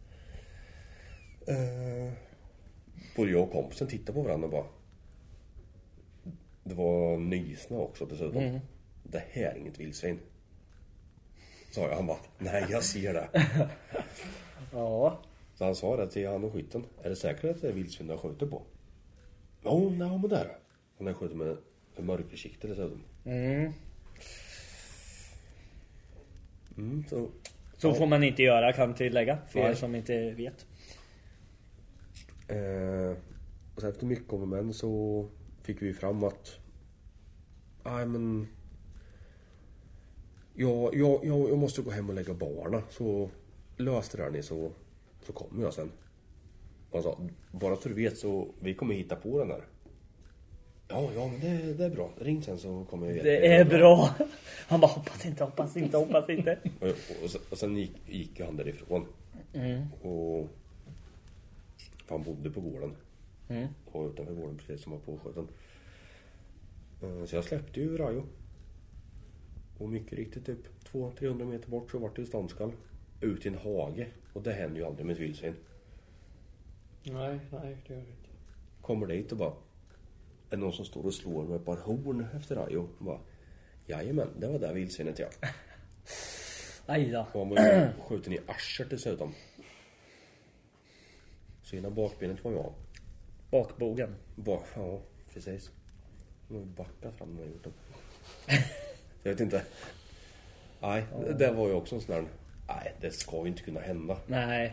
uh, både jag och kompisen tittade på varandra och bara. Det var nysnö också dessutom. Mm. Det här är inget vildsvin. Sa jag, han bara, nej jag ser det. Ja. Så han sa det till han och skytten. Är det säkert att det är vildsvin jag skjuter på? Ja, oh, nej men där. Han har skjutit med en mörkersikte dessutom. Mm. Mm, så så ja. Får man inte göra, kan tillägga. För nej. er som inte vet. Eh, och så efter mycket om män så fick vi fram att nej men jag, jag, jag, jag måste gå hem och lägga barna. Så löste det ni så, så kommer jag sen. Och sa, bara så du vet så vi kommer hitta på den där. Ja, ja men det, det är bra. Ring sen så kommer jag veta. Det är bra. Han bara hoppas inte, hoppas inte, hoppas inte. och, och, sen, och sen gick, gick han därifrån. Mm. Och han bodde på gården. Mm. Och utanför gården precis som var påskjuten. Så jag släppte ju Rajo. Och mycket riktigt typ två till trehundra meter bort så var det ju ståndskall. Ut i en hage. Och det händer ju aldrig med ett vildsvin. Nej, nej det gör det inte. Kommer dit och bara. Är det någon som står och slår med ett par horn efter Rajo? Bara. Jajamän, det var där vildsvinet ja. Aj då. Och han var skjuten i arslet dessutom. Så innan bakbenet var jag. Bakbogen. Bak, ja, precis. Nu har vi backat fram när jag gjort det. Jag vet inte. Nej, det, det var ju också en sån där. Nej, det ska ju inte kunna hända. Nej.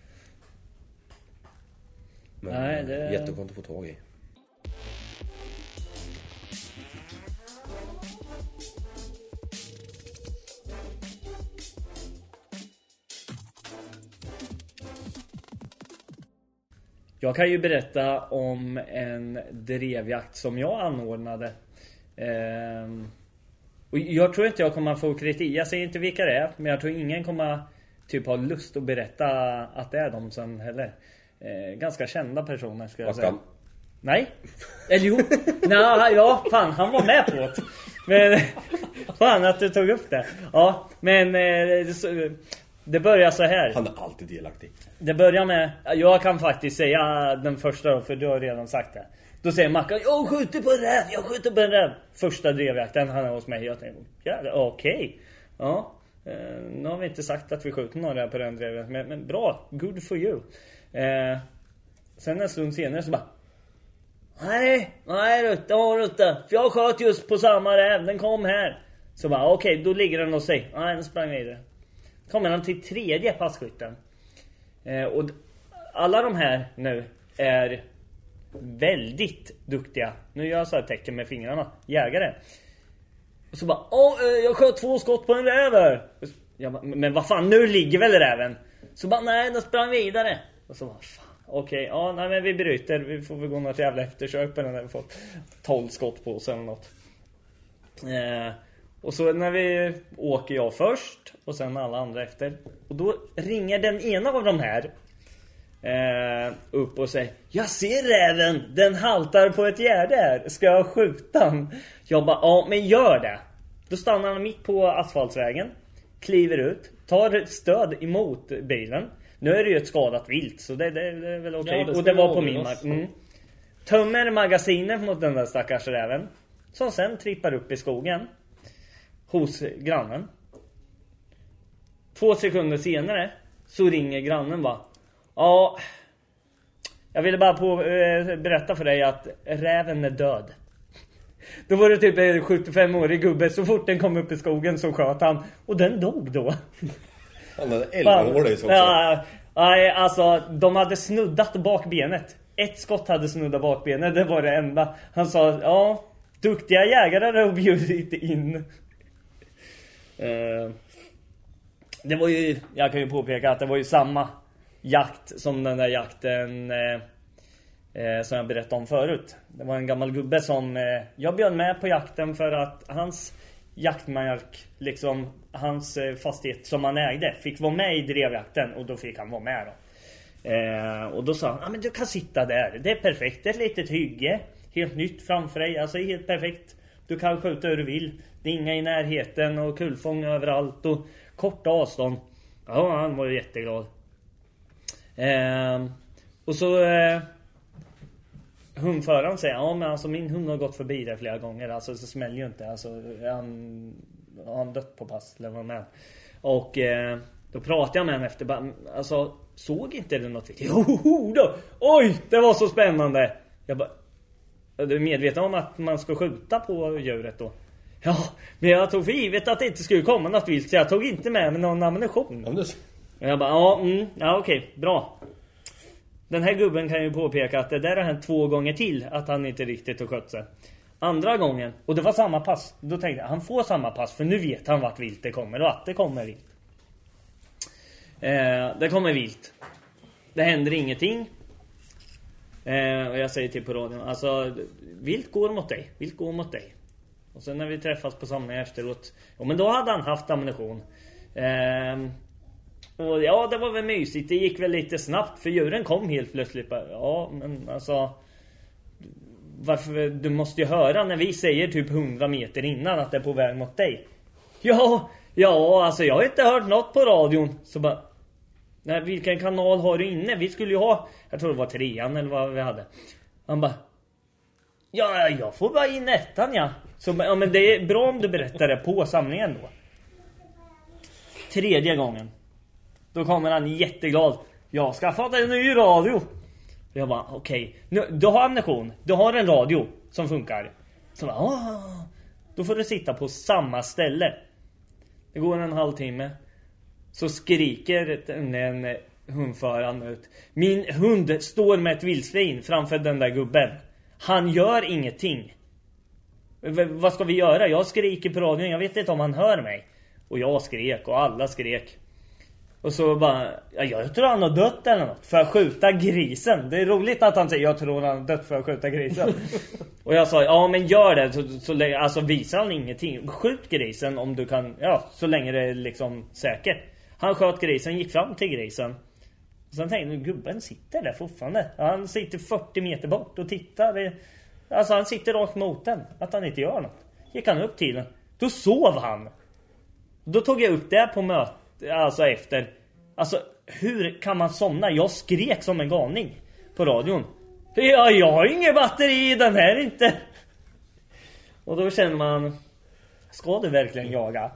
Men Nej, det... jätteskönt att få tag i. Jag kan ju berätta om en drevjakt som jag anordnade. Ehm, och jag tror inte jag kommer få kritik. Jag säger inte vilka det är. Men jag tror ingen kommer typ ha lust att berätta att det är de sen heller. Ehm, ganska kända personer ska jag säga. Nej. Eller jo. Nej, ja, fan, han var med på det. Men fan att du tog upp det. Ja, men eh, så, det börjar så här. Han är alltid delaktig. Det börjar med, jag kan faktiskt säga den första då, för du har redan sagt det. Då säger Mackan, jag skjuter på en räv, jag skjuter på en räv. Första drevjakten, han är hos mig. Jag tänkte, ja, okej. Okay. Ja, eh, nu har vi inte sagt att vi skjuter någon räv på den drevjakten. Men, men bra, good for you. Eh, sen en stund senare så bara, nej, nej Rutte, ja Rutte. För jag sköt just på samma räv, den kom här. Så bara, okej, okay, då ligger den och säger, nej den sprang vidare. Kommer han till tredje passkytten. Eh, och alla de här nu är väldigt duktiga. Nu gör jag så här tecken med fingrarna. Jägare. Och så bara, åh, jag sköt två skott på en räv. Jag bara, men vad fan, nu ligger väl räven? Så bara, nej, den sprang vidare. Och så bara, fan, okej, okay, ja, nej men vi bryter. Vi får väl gå något jävla eftersök på den där vi fått tolv skott på oss eller något. Eh, och så när vi åker jag först och sen alla andra efter. Och då ringer den ena av de här eh, upp och säger, jag ser räven, den haltar på ett gärde här. Ska jag skjuta den? Jag bara, ja men gör det. Då stannar han mitt på asfaltsvägen, kliver ut, tar stöd emot bilen. Nu är det ju ett skadat vilt, så det, det, det är väl okej. Okay. Ja, och det var på min mark. Mm. Tömmer magasinet mot den där stackars räven, som sen trippar upp i skogen hos grannen. Två sekunder senare så ringer grannen bara, ja, jag ville bara på, äh, berätta för dig att räven är död. Då var det typ en sjuttiofem-årig gubbe, så fort den kom upp i skogen så sköt han. Och den dog då. Han hade elva år det också. Ja, nej, alltså de hade snuddat bakbenet. Ett skott hade snuddat bakbenet, det var det enda. Han sa, ja, duktiga jägare har bjudit in. uh, Det var ju, jag kan ju påpeka att det var ju samma jakt som den där jakten eh, eh, som jag berättade om förut. Det var en gammal gubbe som eh, jag bjöd med på jakten för att hans jaktmark, liksom hans fastighet som han ägde, fick vara med i drevjakten, och då fick han vara med då. Eh, och då sa han, ja ah, men du kan sitta där, det är perfekt, det är ett litet hygge, helt nytt framför dig, alltså helt perfekt. Du kan skjuta hur du vill, det är inga i närheten och kullfång överallt och korta avstånd. Ja, han var ju jätteglad. Eh, och så eh, hundföraren säger, ja men alltså min hund har gått förbi där flera gånger, alltså så smäller ju inte, alltså han har han dött på pass eller vad med. Och eh, då pratade jag med honom efter, bara, alltså såg inte det något? Jo då, oj det var så spännande. Jag bara, är du medveten om att man ska skjuta på djuret då? Ja, men jag tog för givet att det inte skulle komma något vilt, så jag tog inte med mig någon ammunition. Ja, det... Jag bara, ja, mm, ja okej, bra. Den här gubben kan ju påpeka att det där har hänt två gånger till att han inte riktigt har skött sig. Andra gången, och det var samma pass, då tänkte jag, han får samma pass för nu vet han vart vilt det kommer och att det kommer vilt. Eh, det kommer vilt. Det händer ingenting. Eh, och jag säger till på radion, alltså vilt går mot dig, vilt går mot dig. Och sen när vi träffas på samlingen efteråt, ja men då hade han haft ammunition. Eh, och ja, det var väl mysigt, det gick väl lite snabbt för djuren kom helt plötsligt. Ja, men alltså varför, du måste ju höra när vi säger typ hundra meter innan att det är på väg mot dig. Ja, ja, alltså jag har inte hört något på radion. Så bara, nej, vilken kanal har du inne? Vi skulle ju ha, jag tror det var trean eller vad vi hade. Han bara, ja, jag får bara in ettan, ja. Så, ja, men det är bra om du berättar det på samlingen då. Tredje gången. Då kommer han jätteglad. Jag har skaffat en ny radio. Jag bara, okej. Okay. Du har ammunition. Du har en radio som funkar. Så bara, åh. Då får du sitta på samma ställe. Det går en halvtimme. Så skriker en hundföraren ut. Min hund står med ett vildsvin framför den där gubben. Han gör ingenting. V- vad ska vi göra? Jag skriker på radion. Jag vet inte om han hör mig. Och jag skrek och alla skrek. Och så bara, ja, jag tror han har dött eller något för att skjuta grisen. Det är roligt att han säger, jag tror han har dött för att skjuta grisen. Och jag sa, ja men gör det. Så, så, alltså visar han ingenting. Skjut grisen om du kan, ja, så länge det är liksom säkert. Han sköt grisen, gick fram till grisen. Och sen tänkte jag, gubben sitter där fortfarande. Han sitter fyrtio meter bort och tittar. Alltså han sitter rakt mot den. Att han inte gör något. Gick han upp till den. Då sov han. Då tog jag upp det på mötet. Alltså efter. Alltså hur kan man somna? Jag skrek som en galning på radion. Ja, jag har ingen batteri i den här inte. Och då känner man, ska du verkligen jaga?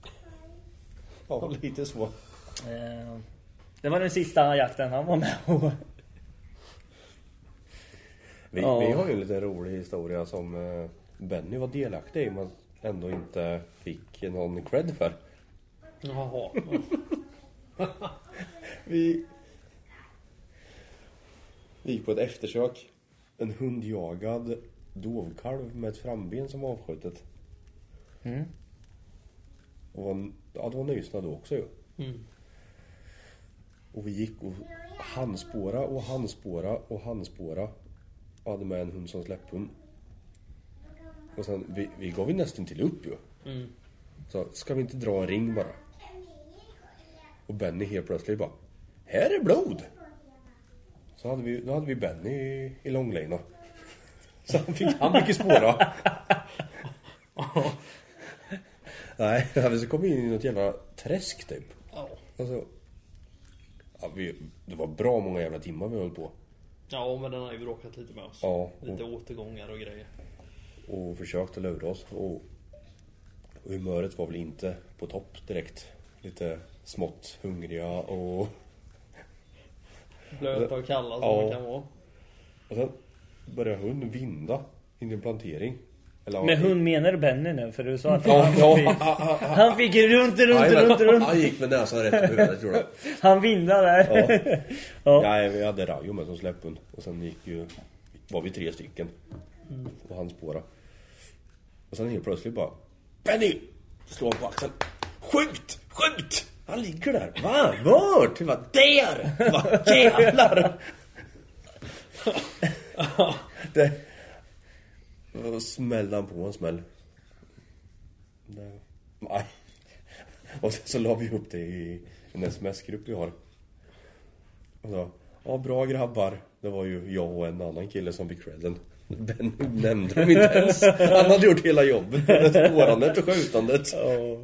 Ja, lite så. Eh, det var den sista jakten han var med på. Vi, ja. vi har ju en lite rolig historia som eh, Benny var delaktig i men ändå inte fick någon cred för. Jaha. vi, vi gick på ett eftersök. En hundjagad dovkalv med ett framben som var avskjutet. Mm. Och en, ja, det var nysna då också ju. Mm. Och vi gick och handspåra och handspåra och handspåra. Och hade med en hund som släpphund. Och sen, vi, vi gav ju nästan till upp ju. Mm. Så ska vi inte dra en ring bara? Och Benny helt plötsligt bara, här är blod! Så hade vi, då hade vi Benny i, i långlina. Så han fick, han fick ju spåra. Nej, så kom vi in i något jävla träsk typ. Alltså, ja, vi, det var bra många jävla timmar vi höll på. Ja, men den har ju bråkat lite med oss. Ja, och, lite återgångar och grejer. Och försökte lura oss. Och, och humöret var väl inte på topp direkt. Lite smått hungriga och... Blöta och kalla som ja. man kan vara. Och sen började hunden vinda in i en plantering. Eller, Men hund menar du Benny nu? För du sa att ja, han, ja, fick, ah, ah, ah. han fick runt, runt, Nej, runt, men, runt. Han gick med näsan rätt i huvudet, tror jag. Han vindade där. Ja. ja. Nej, vi hade Rajo med som släpphund. Och sen gick ju... Var vi tre stycken. Mm. Och han spåra. Och sen helt plötsligt bara... Benny! Slår han på axeln. Skjut! Skjut! Han ligger där. Va? Vart? Va? Där! Va? Jävlar! det... Och smällde han på en smäll. Det... Nej. Och sen så la vi upp det i en sms-grupp vi har. Och så, ja bra grabbar. Det var ju jag och en annan kille som fick credden. Ben nämnde dem inte ens. Han hade gjort hela jobbet. Spårandet och skjutandet. Oh.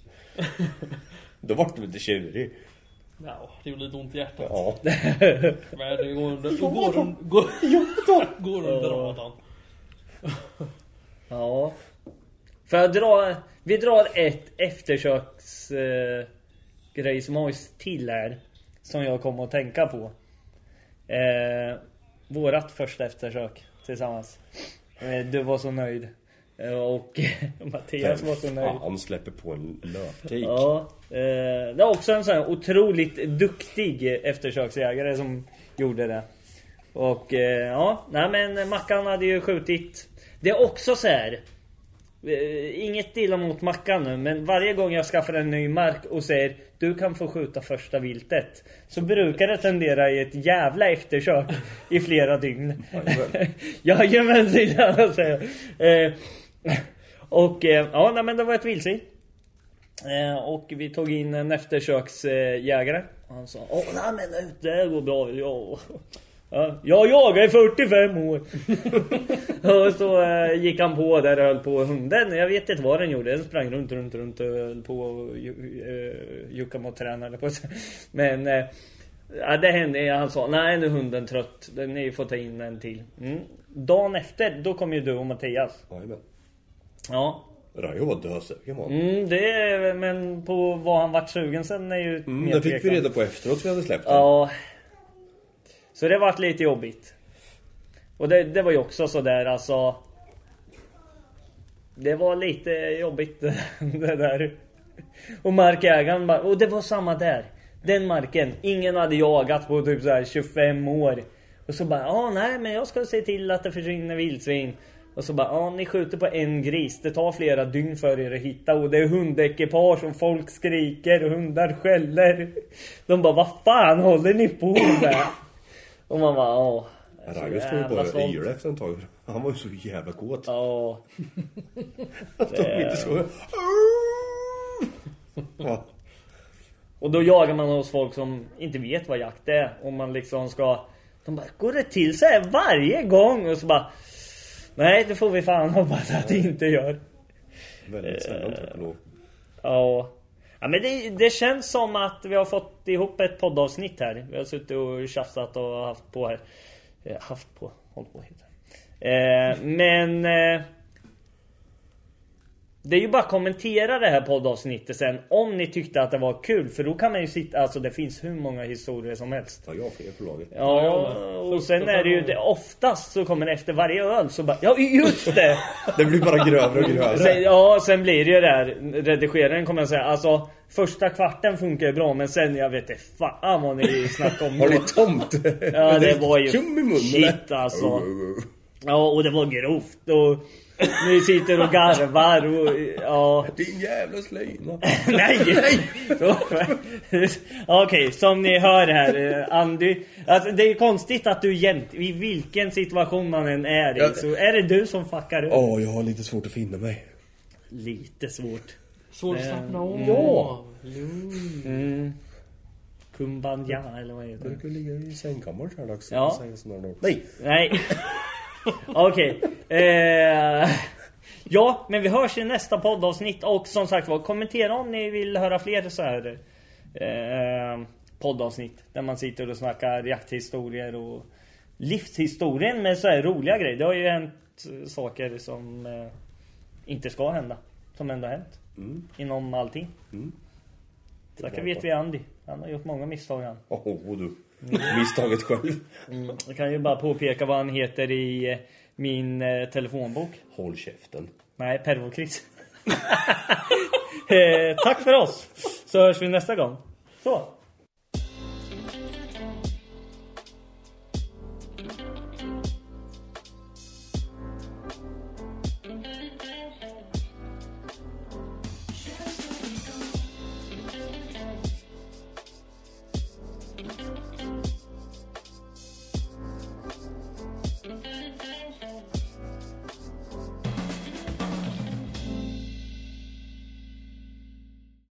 Då var det lite tjurig. Ja, det gjorde lite ont i hjärtat. Ja. Men det går under. Då går de. Går, går under radan. Ja. För jag dra, vi drar ett eftersöks eh, grej som har till här. Som jag kommer att tänka på. Eh, vårat första eftersök tillsammans. Eh, du var så nöjd. Eh, och Mattias var så nöjd. Han släpper på en löptik. Ja, eh, det är också en sån här otroligt duktig eftersöksjägare som gjorde det. Och eh, ja, nej men Mackan hade ju skjutit. Det är också så här. Eh, inget illa mot Mackan nu, men varje gång jag skaffar en ny mark och säger du kan få skjuta första viltet, så brukar det tendera i ett jävla eftersök i flera dygn. Ja, ju men säger. Eh, och eh, ja, nej, men det var ett vildsvin. Eh, och vi tog in en eftersöksjägare. Eh, han sa, åh nej men det går bra. Ja. Ja, jag jagar i fyrtiofem år. Och så äh, gick han på där och höll på hunden. Jag vet inte vad den gjorde. Den sprang runt, runt, runt och höll på och äh, jucka mot tränare på sig. Men äh, ja, det hände. Han sa, nej nu är hunden trött. Ni får ta in en till. Mm. Dagen efter, då kom ju du och Mattias. Jajamän. Ja. Rajo var dösugen man. Mm, det är, men på vad han vart sugen sen är ju mm, det fick vi reda på efteråt vi hade släppt den. Ja. Så det var lite jobbigt. Och det, det var ju också så där alltså. Det var lite jobbigt det där. Och markägaren bara, och det var samma där. Den marken, ingen hade jagat på typ så här tjugofem år. Och så bara, ja nej men jag ska se till att det försvinner vildsvin. Och så bara, ja ni skjuter på en gris. Det tar flera dygn för er att hitta. Och det är hundekipage och folk skriker och hundar skäller. De bara, vad fan håller ni på med? Och man bara, åh. Rajo stod bara i efter en tag. Han var ju så jävla kåt. Ja. Han stod inte så. Ja. Och då jagar man hos folk som inte vet vad jakt är. Om man liksom ska. De bara, går det till så här varje gång? Och så bara, nej det får vi fan hoppas att det inte gör. Väldigt sällan tror jag. Ja. Ja, men det, det känns som att vi har fått ihop ett poddavsnitt här. Vi har suttit och tjafsat och haft på här. Eh, haft på, håll på heter det. Eh, men eh, det är ju bara att kommentera det här poddavsnittet sen om ni tyckte att det var kul. För då kan man ju sitta, alltså det finns hur många historier som helst. Ja, jag får på laget. Ja, och sen är det ju det, oftast så kommer det efter varje öl så bara, ja just det. Det blir bara grövre och grövre. Sen, ja, sen blir det ju där, redigeraren kommer att säga, alltså första kvarten funkar ju bra, men sen jag vet inte, fan vad ni snackar om. Har ni tomt? Ja, det var ju Tjum i munnen, shit alltså. Ja, och det var grovt och ni sitter och garvar och ja. Din jävla slöjna. Nej, nej. Okej, okay, som ni hör här, Andy. Alltså, det är konstigt att du jämt, i vilken situation man än är i, ja. Så är det du som fuckar upp. Ja, oh, jag har lite svårt att finna mig. Lite svårt. Svårt att slappna av. Ja. Mm. Kumbanja, eller vad heter det? Du kan ligga i sängkammaren så här dags. Ja. Nej. Nej. Okej. Okay. Eh, ja, men vi hörs i nästa poddavsnitt. Och som sagt var, kommentera om ni vill höra fler så här eh, poddavsnitt där man sitter och snackar jakthistorier och livshistorien med så här roliga grejer. Det har ju hänt saker som eh, inte ska hända, som ändå har hänt mm. inom allting. Mm. Så det vet vi Andy. Han har gjort många misstag han. Åh oh, du. Mm. Misstaget själv. Mm. Jag kan ju bara påpeka vad han heter i min eh, telefonbok. Håll käften. Nej, Pervokris. eh, tack för oss. Så hörs vi nästa gång. Så.